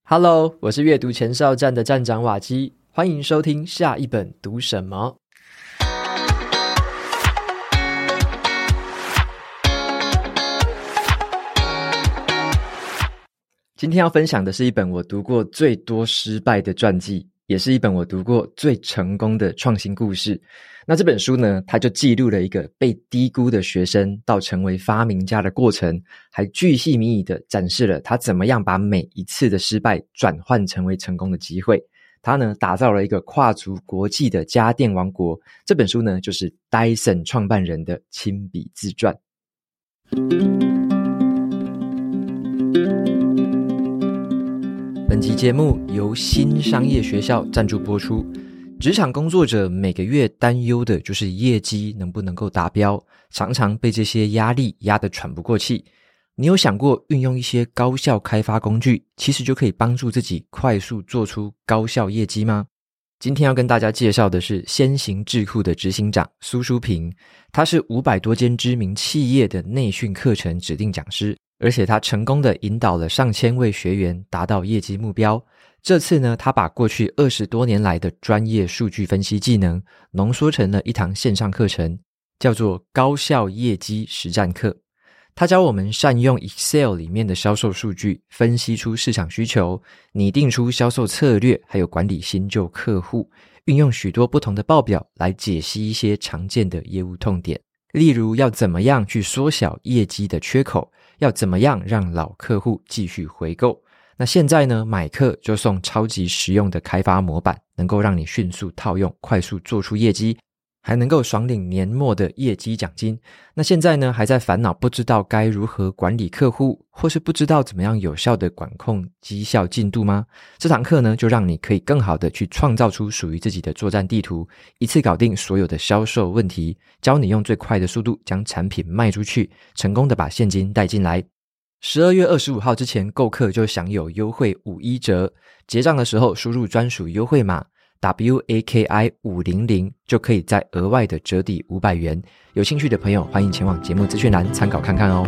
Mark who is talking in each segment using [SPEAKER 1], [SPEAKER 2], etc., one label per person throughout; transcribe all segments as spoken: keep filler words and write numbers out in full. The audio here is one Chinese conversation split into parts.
[SPEAKER 1] Hello， 我是阅读前哨站的站长瓦基，欢迎收听下一本读什么。今天要分享的是一本我读过最多失败的传记，也是一本我读过最成功的创新故事。那这本书呢，它就记录了一个被低估的学生到成为发明家的过程，还巨细靡遗地展示了他怎么样把每一次的失败转换成为成功的机会。他呢，打造了一个跨足国际的家电王国。这本书呢，就是 Dyson 创办人的亲笔自传。本集节目由新商业学校赞助播出。职场工作者每个月担忧的就是业绩能不能够达标，常常被这些压力压得喘不过气。你有想过运用一些高效开发工具，其实就可以帮助自己快速做出高效业绩吗？今天要跟大家介绍的是先行智库的执行长苏淑萍，他是五百多间知名企业的内训课程指定讲师，而且他成功地引导了上千位学员达到业绩目标。这次呢，他把过去二十多年来的专业数据分析技能浓缩成了一堂线上课程，叫做高效业绩实战课。他教我们善用 Excel 里面的销售数据，分析出市场需求，拟定出销售策略，还有管理新旧客户，运用许多不同的报表来解析一些常见的业务痛点，例如要怎么样去缩小业绩的缺口，要怎么样让老客户继续回购。那现在呢，买课就送超级实用的开发模板，能够让你迅速套用，快速做出业绩，还能够爽领年末的业绩奖金。那现在呢，还在烦恼不知道该如何管理客户，或是不知道怎么样有效的管控绩效进度吗？这堂课呢，就让你可以更好的去创造出属于自己的作战地图，一次搞定所有的销售问题，教你用最快的速度将产品卖出去，成功的把现金带进来。十二月二十五号之前购课就享有优惠五一折，结账的时候输入专属优惠码 W A K I 五零零 就可以再额外的折抵五百元。有兴趣的朋友欢迎前往节目资讯栏参考看看哦。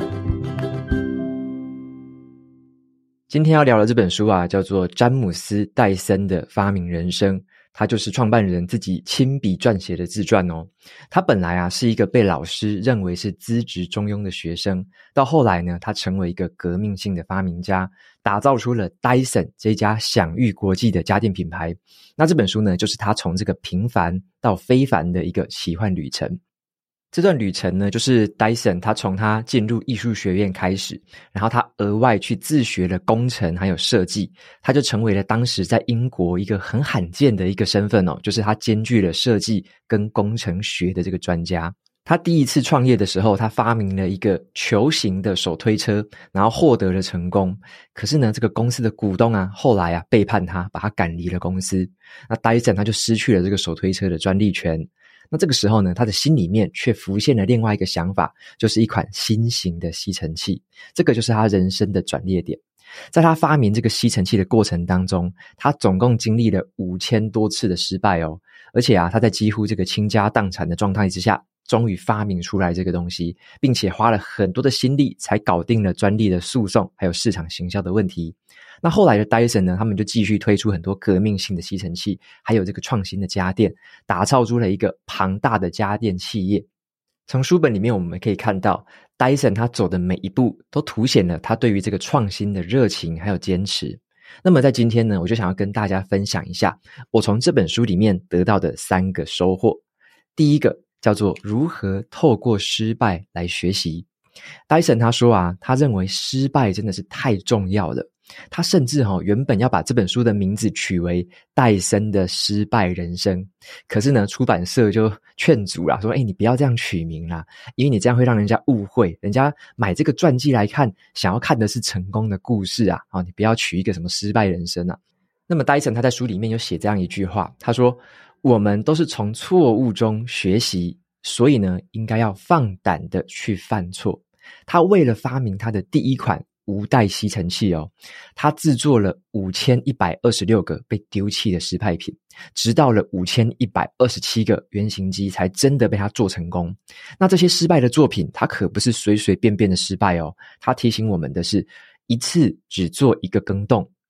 [SPEAKER 1] 今天要聊的这本书啊，叫做詹姆斯·戴森的发明人生，他就是创办人自己亲笔撰写的自传哦。他本来啊是一个被老师认为是资质中庸的学生，到后来呢，他成为一个革命性的发明家，打造出了 Dyson 这家享誉国际的家电品牌。那这本书呢，就是他从这个平凡到非凡的一个奇幻旅程。这段旅程呢，就是 Dyson 他从他进入艺术学院开始，然后他额外去自学了工程还有设计，他就成为了当时在英国一个很罕见的一个身份哦，就是他兼具了设计跟工程学的这个专家。他第一次创业的时候，他发明了一个球形的手推车，然后获得了成功。可是呢，这个公司的股东啊，后来啊背叛他，把他赶离了公司。那 Dyson 他就失去了这个手推车的专利权。那这个时候呢，他的心里面却浮现了另外一个想法，就是一款新型的吸尘器。这个就是他人生的转捩点。在他发明这个吸尘器的过程当中，他总共经历了五千多次的失败哦。而且啊，他在几乎这个倾家荡产的状态之下，终于发明出来这个东西，并且花了很多的心力才搞定了专利的诉讼还有市场行销的问题。那后来的 Dyson 呢，他们就继续推出很多革命性的吸尘器，还有这个创新的家电，打造出了一个庞大的家电企业。从书本里面我们可以看到 Dyson 他走的每一步都凸显了他对于这个创新的热情还有坚持。那么在今天呢，我就想要跟大家分享一下我从这本书里面得到的三个收获。第一个叫做如何透过失败来学习。 Dyson 他说啊，他认为失败真的是太重要了，他甚至、哦、原本要把这本书的名字取为戴森的失败人生，可是呢，出版社就劝阻啦，说诶你不要这样取名啦，因为你这样会让人家误会，人家买这个传记来看，想要看的是成功的故事啊，哦、你不要取一个什么失败人生啊。那么 Dyson 他在书里面有写这样一句话，他说我们都是从错误中学习，所以呢，应该要放胆的去犯错。他为了发明他的第一款无带吸尘器哦，他制作了五千一百二十六个被丢弃的失败品，直到了五千一百二十七个原型机才真的被他做成功。那这些失败的作品，他可不是随随便便的失败哦，他提醒我们的是，一次只做一个更动，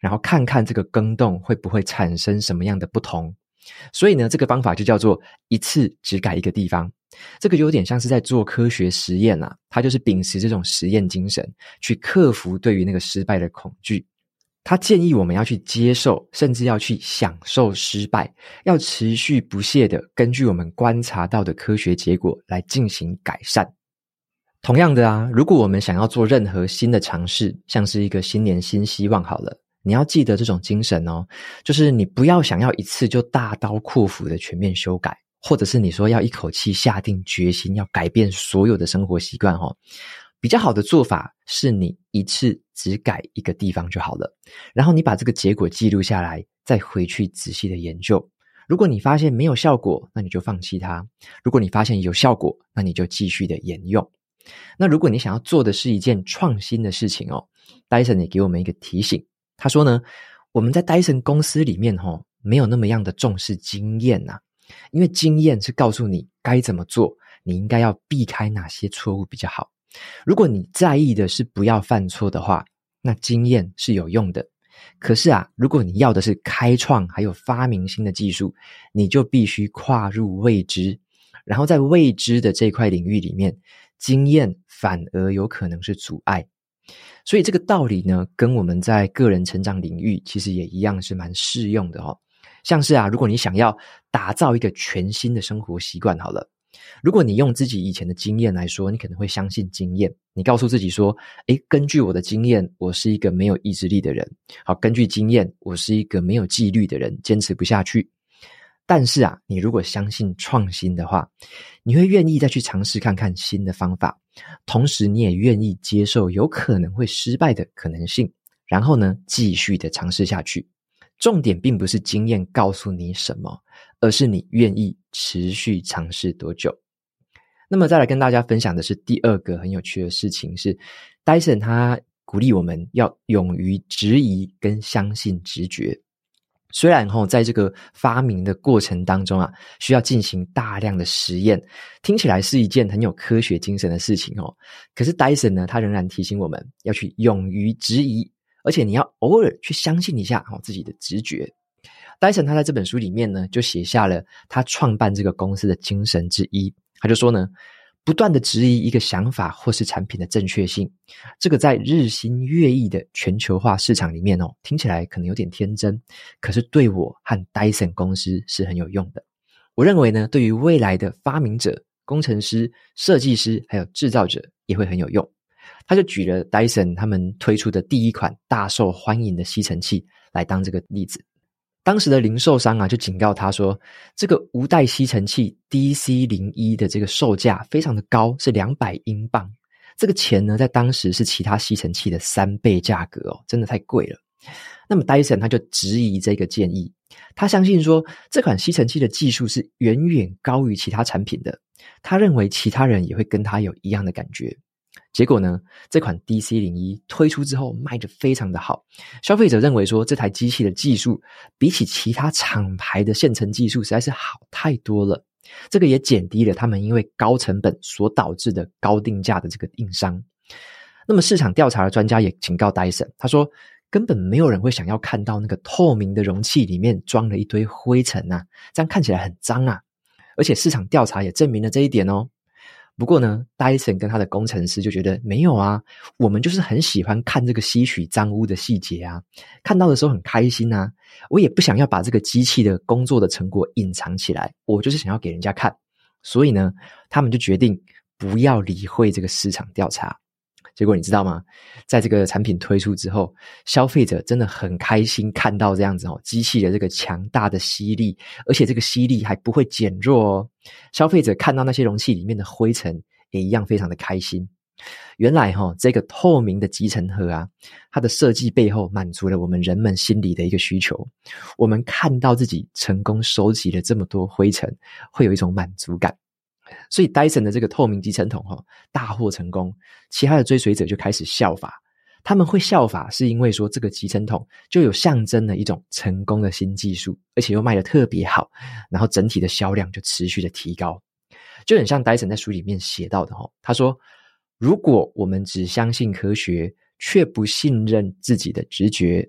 [SPEAKER 1] 然后看看这个更动会不会产生什么样的不同。所以呢，这个方法就叫做一次只改一个地方。这个有点像是在做科学实验啊，它就是秉持这种实验精神，去克服对于那个失败的恐惧。他建议我们要去接受，甚至要去享受失败，要持续不懈地根据我们观察到的科学结果来进行改善。同样的啊，如果我们想要做任何新的尝试，像是一个新年新希望好了，你要记得这种精神哦，就是你不要想要一次就大刀阔斧的全面修改，或者是你说要一口气下定决心要改变所有的生活习惯哦。比较好的做法是你一次只改一个地方就好了，然后你把这个结果记录下来，再回去仔细的研究。如果你发现没有效果，那你就放弃它；如果你发现有效果，那你就继续的沿用。那如果你想要做的是一件创新的事情哦， Dyson 也给我们一个提醒，他说呢，我们在 Dyson 公司里面哦，没有那么样的重视经验啊，因为经验是告诉你该怎么做，你应该要避开哪些错误比较好。如果你在意的是不要犯错的话，那经验是有用的。可是啊，如果你要的是开创还有发明新的技术，你就必须跨入未知，然后在未知的这块领域里面，经验反而有可能是阻碍。所以这个道理呢，跟我们在个人成长领域其实也一样是蛮适用的哦。像是啊，如果你想要打造一个全新的生活习惯好了，如果你用自己以前的经验来说，你可能会相信经验，你告诉自己说，诶，根据我的经验，我是一个没有意志力的人，好，根据经验，我是一个没有纪律的人，坚持不下去。但是啊，你如果相信创新的话，你会愿意再去尝试看看新的方法，同时你也愿意接受有可能会失败的可能性，然后呢，继续的尝试下去。重点并不是经验告诉你什么，而是你愿意持续尝试多久。那么再来跟大家分享的是第二个很有趣的事情是， Dyson 他鼓励我们要勇于质疑跟相信直觉。虽然齁在这个发明的过程当中啊，需要进行大量的实验，听起来是一件很有科学精神的事情哦。可是 Dyson 呢，他仍然提醒我们要去勇于质疑，而且你要偶尔去相信一下自己的直觉。Dyson 他在这本书里面呢，就写下了他创办这个公司的精神之一。他就说呢，不断的质疑一个想法或是产品的正确性，这个在日新月异的全球化市场里面哦，听起来可能有点天真，可是对我和 Dyson 公司是很有用的。我认为呢，对于未来的发明者、工程师、设计师还有制造者也会很有用。他就举了 Dyson 他们推出的第一款大受欢迎的吸尘器来当这个例子。当时的零售商啊，就警告他说，这个无带吸尘器 D C 零一 的这个售价非常的高，是两百英镑。这个钱呢，在当时是其他吸尘器的三倍价格哦，真的太贵了。那么 Dyson 他就质疑这个建议，他相信说这款吸尘器的技术是远远高于其他产品的，他认为其他人也会跟他有一样的感觉。结果呢，这款 D C 零一 推出之后卖得非常的好，消费者认为说这台机器的技术比起其他厂牌的现成技术实在是好太多了，这个也减低了他们因为高成本所导致的高定价的这个硬伤。那么市场调查的专家也警告 Dyson， 他说根本没有人会想要看到那个透明的容器里面装了一堆灰尘啊，这样看起来很脏啊，而且市场调查也证明了这一点哦。不过呢 Dyson 跟他的工程师就觉得没有啊，我们就是很喜欢看这个吸取脏污的细节啊，看到的时候很开心啊，我也不想要把这个机器的工作的成果隐藏起来，我就是想要给人家看。所以呢，他们就决定不要理会这个市场调查。结果你知道吗？在这个产品推出之后，消费者真的很开心看到这样子哦，机器的这个强大的吸力，而且这个吸力还不会减弱哦。消费者看到那些容器里面的灰尘也一样非常的开心。原来齁、哦、这个透明的集尘盒啊，它的设计背后满足了我们人们心里的一个需求。我们看到自己成功收集了这么多灰尘，会有一种满足感。所以 Dyson 的这个透明集尘桶齁、哦、大获成功，其他的追随者就开始效法。他们会效法是因为说这个集尘桶就有象征了一种成功的新技术，而且又卖得特别好，然后整体的销量就持续的提高。就很像 Dyson 在书里面写到的齁、哦、他说如果我们只相信科学却不信任自己的直觉，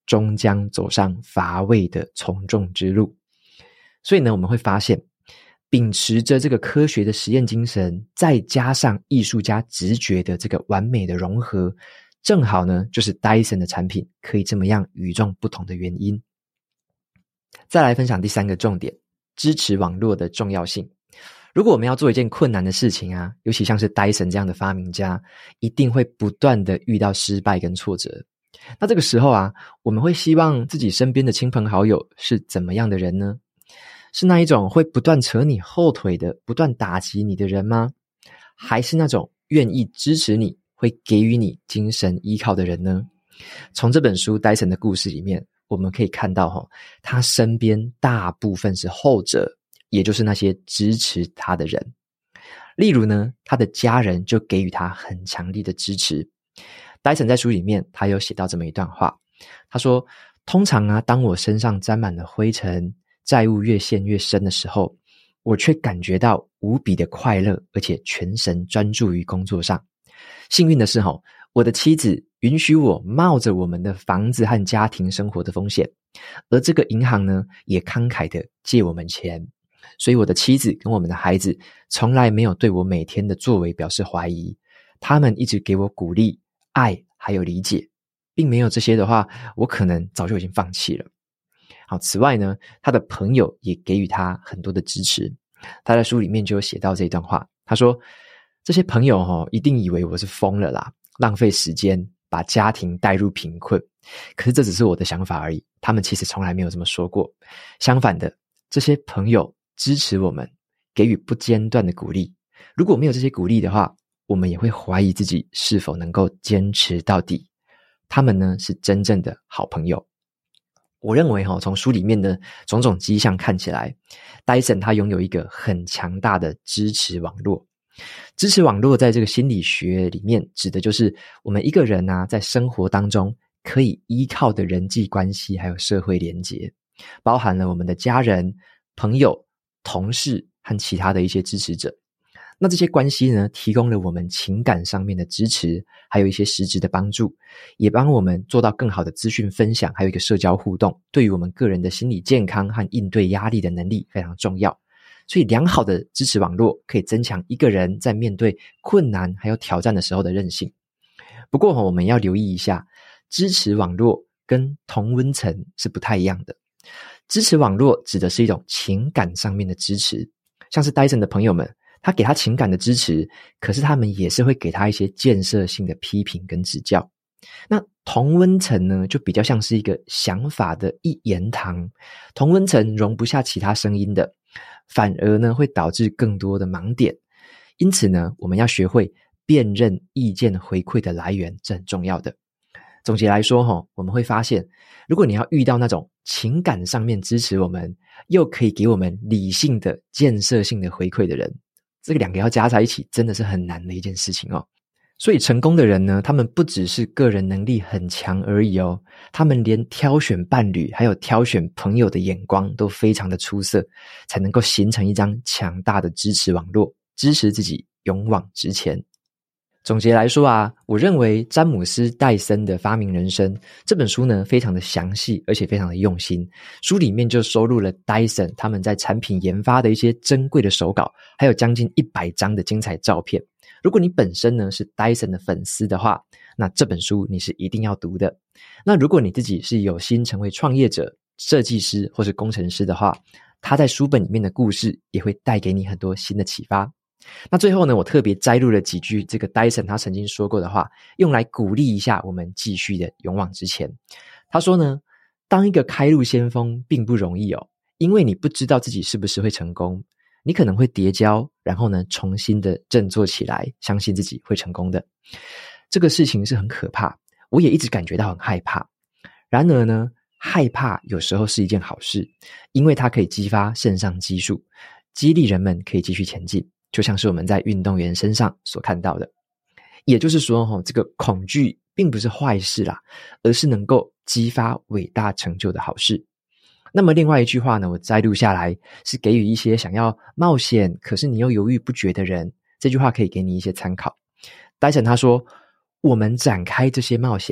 [SPEAKER 1] 终将走上乏味的从众之路。所以呢，我们会发现秉持着这个科学的实验精神，再加上艺术家直觉的这个完美的融合，正好呢就是 Dyson 的产品可以这么样与众不同的原因。再来分享第三个重点，支持网络的重要性。如果我们要做一件困难的事情啊，尤其像是 Dyson 这样的发明家，一定会不断的遇到失败跟挫折。那这个时候啊，我们会希望自己身边的亲朋好友是怎么样的人呢？是那一种会不断扯你后腿的，不断打击你的人吗？还是那种愿意支持你，会给予你精神依靠的人呢？从这本书 Dyson 的故事里面，我们可以看到、哦、他身边大部分是后者，也就是那些支持他的人。例如呢，他的家人就给予他很强力的支持。Dyson 在书里面他有写到这么一段话，他说，通常啊，当我身上沾满了灰尘，债务越陷越深的时候，我却感觉到无比的快乐，而且全神专注于工作上。幸运的是、哦、我的妻子允许我冒着我们的房子和家庭生活的风险，而这个银行呢，也慷慨的借我们钱。所以我的妻子跟我们的孩子从来没有对我每天的作为表示怀疑，他们一直给我鼓励、爱还有理解，并没有这些的话，我可能早就已经放弃了。好，此外呢，他的朋友也给予他很多的支持。他在书里面就有写到这一段话，他说，这些朋友、哦、一定以为我是疯了啦，浪费时间把家庭带入贫困，可是这只是我的想法而已，他们其实从来没有这么说过。相反的，这些朋友支持我们，给予不间断的鼓励。如果没有这些鼓励的话，我们也会怀疑自己是否能够坚持到底。他们呢，是真正的好朋友。我认为、哦、从书里面的种种迹象看起来， Dyson 他拥有一个很强大的支持网络。支持网络在这个心理学里面指的就是我们一个人啊，在生活当中可以依靠的人际关系还有社会连结，包含了我们的家人、朋友、同事和其他的一些支持者。那这些关系呢，提供了我们情感上面的支持，还有一些实质的帮助，也帮我们做到更好的资讯分享，还有一个社交互动，对于我们个人的心理健康和应对压力的能力非常重要。所以良好的支持网络可以增强一个人在面对困难还有挑战的时候的韧性。不过我们要留意一下，支持网络跟同温层是不太一样的。支持网络指的是一种情感上面的支持，像是 Dyson 的朋友们，他给他情感的支持，可是他们也是会给他一些建设性的批评跟指教。那同温层呢，就比较像是一个想法的一言堂，同温层容不下其他声音的，反而呢会导致更多的盲点。因此呢，我们要学会辨认意见回馈的来源，这很重要的。总结来说，我们会发现，如果你要遇到那种情感上面支持我们，又可以给我们理性的建设性的回馈的人，这个两个要加在一起，真的是很难的一件事情哦。所以成功的人呢，他们不只是个人能力很强而已哦，他们连挑选伴侣还有挑选朋友的眼光都非常的出色，才能够形成一张强大的支持网络，支持自己勇往直前。总结来说啊，我认为詹姆斯·戴森的发明人生这本书呢，非常的详细，而且非常的用心。书里面就收录了 Dyson 他们在产品研发的一些珍贵的手稿，还有将近一百张的精彩照片。如果你本身呢是 Dyson 的粉丝的话，那这本书你是一定要读的。那如果你自己是有心成为创业者、设计师或是工程师的话，他在书本里面的故事也会带给你很多新的启发。那最后呢，我特别摘录了几句这个 Dyson 他曾经说过的话，用来鼓励一下我们继续的勇往直前。他说呢，当一个开路先锋并不容易哦，因为你不知道自己是不是会成功，你可能会跌跤，然后呢重新的振作起来，相信自己会成功的。这个事情是很可怕，我也一直感觉到很害怕。然而呢，害怕有时候是一件好事，因为它可以激发肾上激素，激励人们可以继续前进，就像是我们在运动员身上所看到的。也就是说，这个恐惧并不是坏事啦，而是能够激发伟大成就的好事。那么另外一句话呢，我摘录下来，是给予一些想要冒险可是你又犹豫不决的人，这句话可以给你一些参考。Dyson 他说，我们展开这些冒险，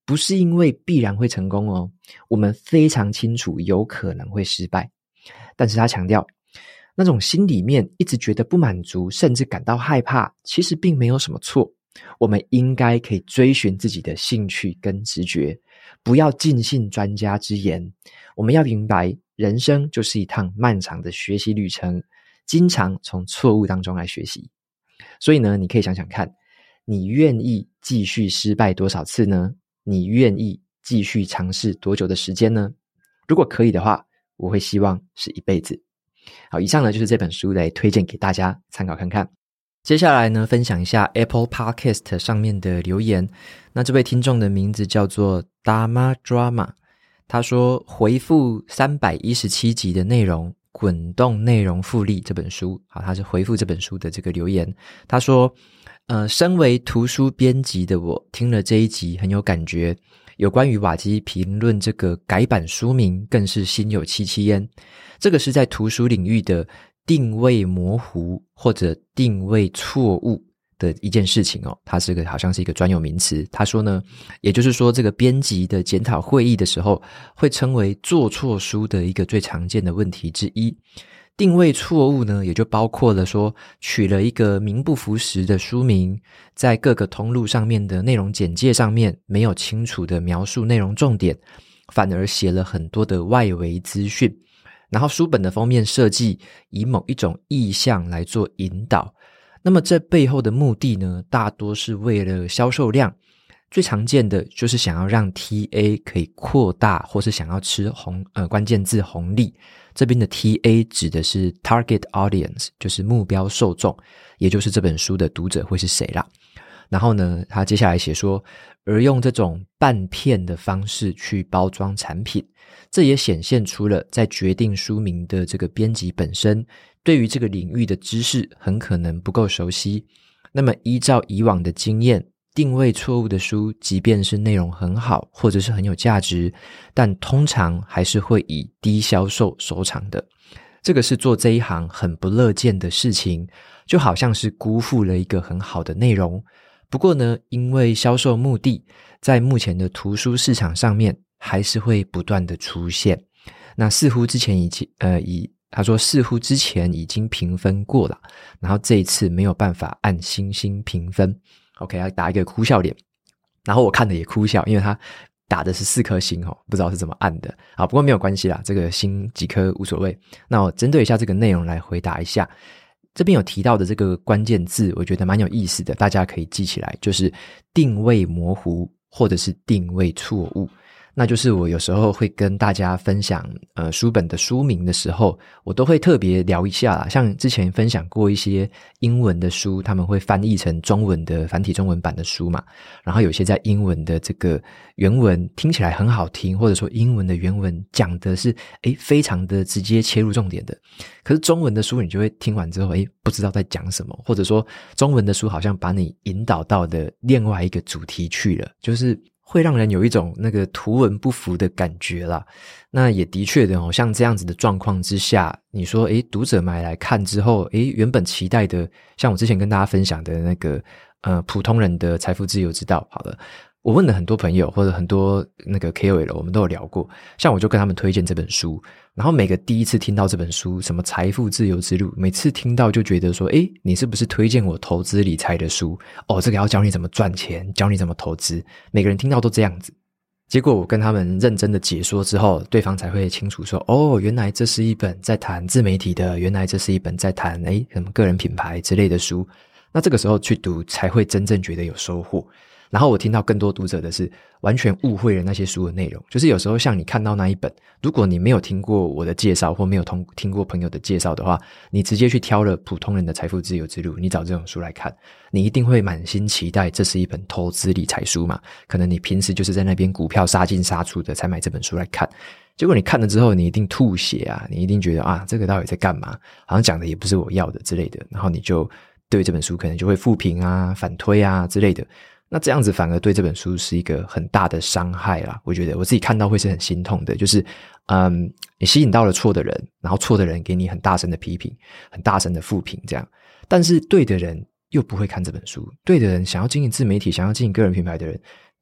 [SPEAKER 1] 不是因为必然会成功哦，我们非常清楚有可能会失败。但是他强调，那种心里面一直觉得不满足，甚至感到害怕，其实并没有什么错。我们应该可以追寻自己的兴趣跟直觉，不要尽信专家之言。我们要明白，人生就是一趟漫长的学习旅程，经常从错误当中来学习。所以呢，你可以想想看，你愿意继续失败多少次呢？你愿意继续尝试多久的时间呢？如果可以的话，我会希望是一辈子。好，以上呢就是这本书来推荐给大家参考看看。接下来呢，分享一下 Apple Podcast 上面的留言。那这位听众的名字叫做 Dama Drama， 他说回复三百一十七集的内容，滚动内容复利这本书。好，他是回复这本书的这个留言。他说呃，身为图书编辑的我，听了这一集很有感觉。有关于瓦基评论这个改版书名，更是心有戚戚焉。这个是在图书领域的定位模糊或者定位错误的一件事情哦，它是个好像是一个专有名词。他说呢，也就是说这个编辑的检讨会议的时候，会称为做错书的一个最常见的问题之一。定位错误呢，也就包括了说取了一个名不符实的书名，在各个通路上面的内容简介上面没有清楚的描述内容重点，反而写了很多的外围资讯，然后书本的封面设计以某一种意象来做引导。那么这背后的目的呢，大多是为了销售量，最常见的就是想要让 T A 可以扩大，或是想要吃红呃关键字红利。这边的 T A 指的是 Target Audience， 就是目标受众，也就是这本书的读者会是谁啦。然后呢，他接下来写说，而用这种半骗的方式去包装产品，这也显现出了在决定书名的这个编辑本身，对于这个领域的知识很可能不够熟悉。那么依照以往的经验，定位错误的书，即便是内容很好或者是很有价值，但通常还是会以低销售收场的。这个是做这一行很不乐见的事情，就好像是辜负了一个很好的内容。不过呢，因为销售目的，在目前的图书市场上面还是会不断的出现。那似乎之前已经呃以他说似乎之前已经评分过了，然后这一次没有办法按星星评分。OK， 要打一个哭笑脸，然后我看的也哭笑，因为他打的是四颗星哦，不知道是怎么按的啊。不过没有关系啦，这个星几颗无所谓。那我针对一下这个内容来回答一下，这边有提到的这个关键字，我觉得蛮有意思的，大家可以记起来，就是定位模糊或者是定位错误。那就是我有时候会跟大家分享呃书本的书名的时候，我都会特别聊一下啦。像之前分享过一些英文的书，他们会翻译成中文的繁体中文版的书嘛，然后有些在英文的这个原文听起来很好听，或者说英文的原文讲的是诶非常的直接切入重点的，可是中文的书你就会听完之后诶不知道在讲什么，或者说中文的书好像把你引导到的另外一个主题去了，就是会让人有一种那个图文不符的感觉啦。那也的确的哦，像这样子的状况之下，你说诶读者买来看之后，诶原本期待的，像我之前跟大家分享的那个呃普通人的财富自由之道，好了，我问了很多朋友或者很多那个 K O L， 我们都有聊过，像我就跟他们推荐这本书，然后每个第一次听到这本书什么财富自由之路，每次听到就觉得说诶你是不是推荐我投资理财的书，哦这个要教你怎么赚钱，教你怎么投资，每个人听到都这样子。结果我跟他们认真的解说之后，对方才会清楚说，哦原来这是一本在谈自媒体的，原来这是一本在谈诶什么个人品牌之类的书，那这个时候去读才会真正觉得有收获。然后我听到更多读者的是完全误会了那些书的内容，就是有时候像你看到那一本，如果你没有听过我的介绍或没有通听过朋友的介绍的话，你直接去挑了普通人的财富自由之路，你找这种书来看，你一定会满心期待这是一本投资理财书嘛，可能你平时就是在那边股票杀进杀出的才买这本书来看，结果你看了之后你一定吐血啊，你一定觉得啊这个到底在干嘛，好像讲的也不是我要的之类的，然后你就对这本书可能就会负评啊反推啊之类的，那这样子反而对这本书是一个很大的伤害啦，我觉得我自己看到会是很心痛的，就是嗯，你吸引到了错的人，然后错的人给你很大声的批评，很大声的负评这样，但是对的人又不会看这本书，对的人想要经营自媒体，想要经营个人品牌的人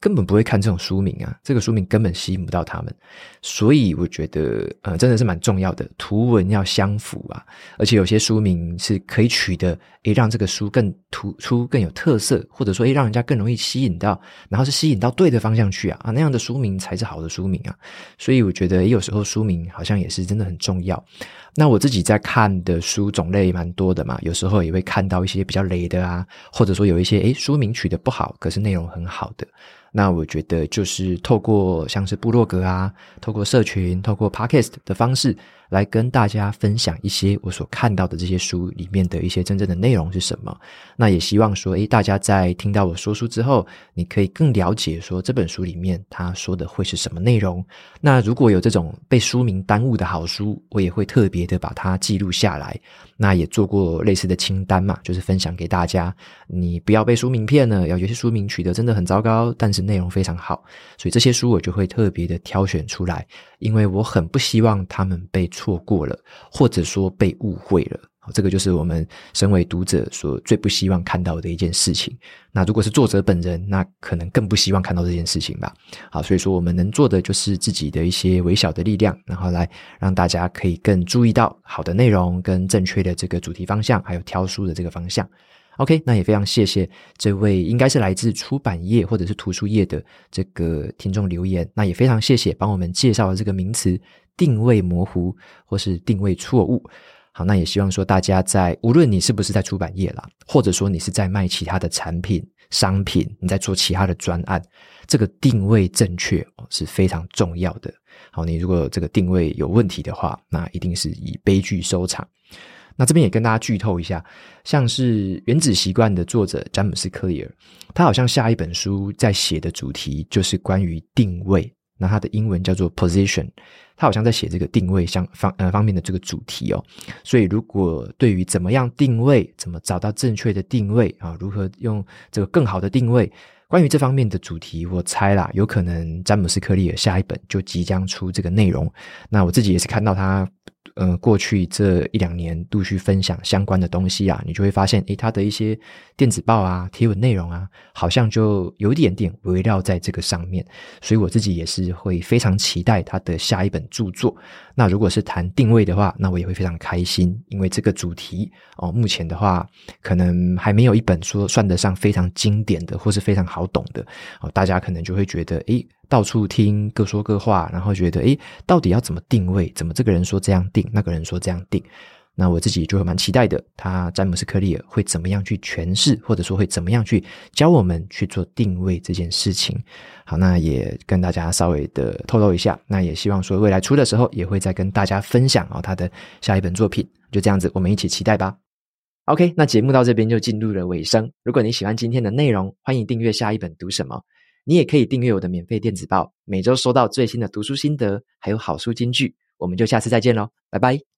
[SPEAKER 1] 根本不会看这种书名啊，这个书名根本吸引不到他们。所以我觉得呃真的是蛮重要的，图文要相符啊，而且有些书名是可以取得诶让这个书更突出更有特色，或者说诶让人家更容易吸引到，然后是吸引到对的方向去啊啊那样的书名才是好的书名啊。所以我觉得有时候书名好像也是真的很重要。那我自己在看的书种类蛮多的嘛，有时候也会看到一些比较雷的啊，或者说有一些诶书名取得不好可是内容很好的。那我觉得就是透过像是部落格啊，透过社群，透过 podcast 的方式来跟大家分享一些我所看到的这些书里面的一些真正的内容是什么。那也希望说诶大家在听到我说书之后，你可以更了解说这本书里面他说的会是什么内容。那如果有这种被书名耽误的好书，我也会特别的把它记录下来，那也做过类似的清单嘛，就是分享给大家，你不要被书名骗了，有些书名取得真的很糟糕，但是内容非常好，所以这些书我就会特别的挑选出来，因为我很不希望他们被错过了，或者说被误会了。这个就是我们身为读者所最不希望看到的一件事情。那如果是作者本人，那可能更不希望看到这件事情吧。好，所以说我们能做的就是自己的一些微小的力量，然后来让大家可以更注意到好的内容跟正确的这个主题方向，还有挑书的这个方向。OK， 那也非常谢谢这位应该是来自出版业或者是图书业的这个听众留言，那也非常谢谢帮我们介绍了这个名词定位模糊或是定位错误。好，那也希望说大家在无论你是不是在出版业啦，或者说你是在卖其他的产品商品，你在做其他的专案，这个定位正确是非常重要的。好，你如果这个定位有问题的话，那一定是以悲剧收场。那这边也跟大家剧透一下，像是原子习惯的作者詹姆斯克利尔，他好像下一本书在写的主题就是关于定位，那他的英文叫做 position， 他好像在写这个定位相方呃方面的这个主题哦。所以如果对于怎么样定位，怎么找到正确的定位啊，如何用这个更好的定位，关于这方面的主题，我猜啦，有可能詹姆斯克利尔下一本就即将出这个内容。那我自己也是看到他呃，过去这一两年陆续分享相关的东西啊，你就会发现诶他的一些电子报啊贴文内容啊，好像就有一点点围绕在这个上面，所以我自己也是会非常期待他的下一本著作。那如果是谈定位的话，那我也会非常开心，因为这个主题哦，目前的话可能还没有一本说算得上非常经典的或是非常好懂的哦，大家可能就会觉得诶到处听各说各话，然后觉得诶到底要怎么定位，怎么这个人说这样定，那个人说这样定。那我自己就会蛮期待的，他詹姆斯克利尔会怎么样去诠释，或者说会怎么样去教我们去做定位这件事情。好，那也跟大家稍微的透露一下，那也希望说未来出的时候也会再跟大家分享哦他的下一本作品。就这样子，我们一起期待吧。OK， 那节目到这边就进入了尾声。如果你喜欢今天的内容，欢迎订阅下一本读什么。你也可以订阅我的免费电子报，每周收到最新的读书心得，还有好书金句。我们就下次再见咯，拜拜。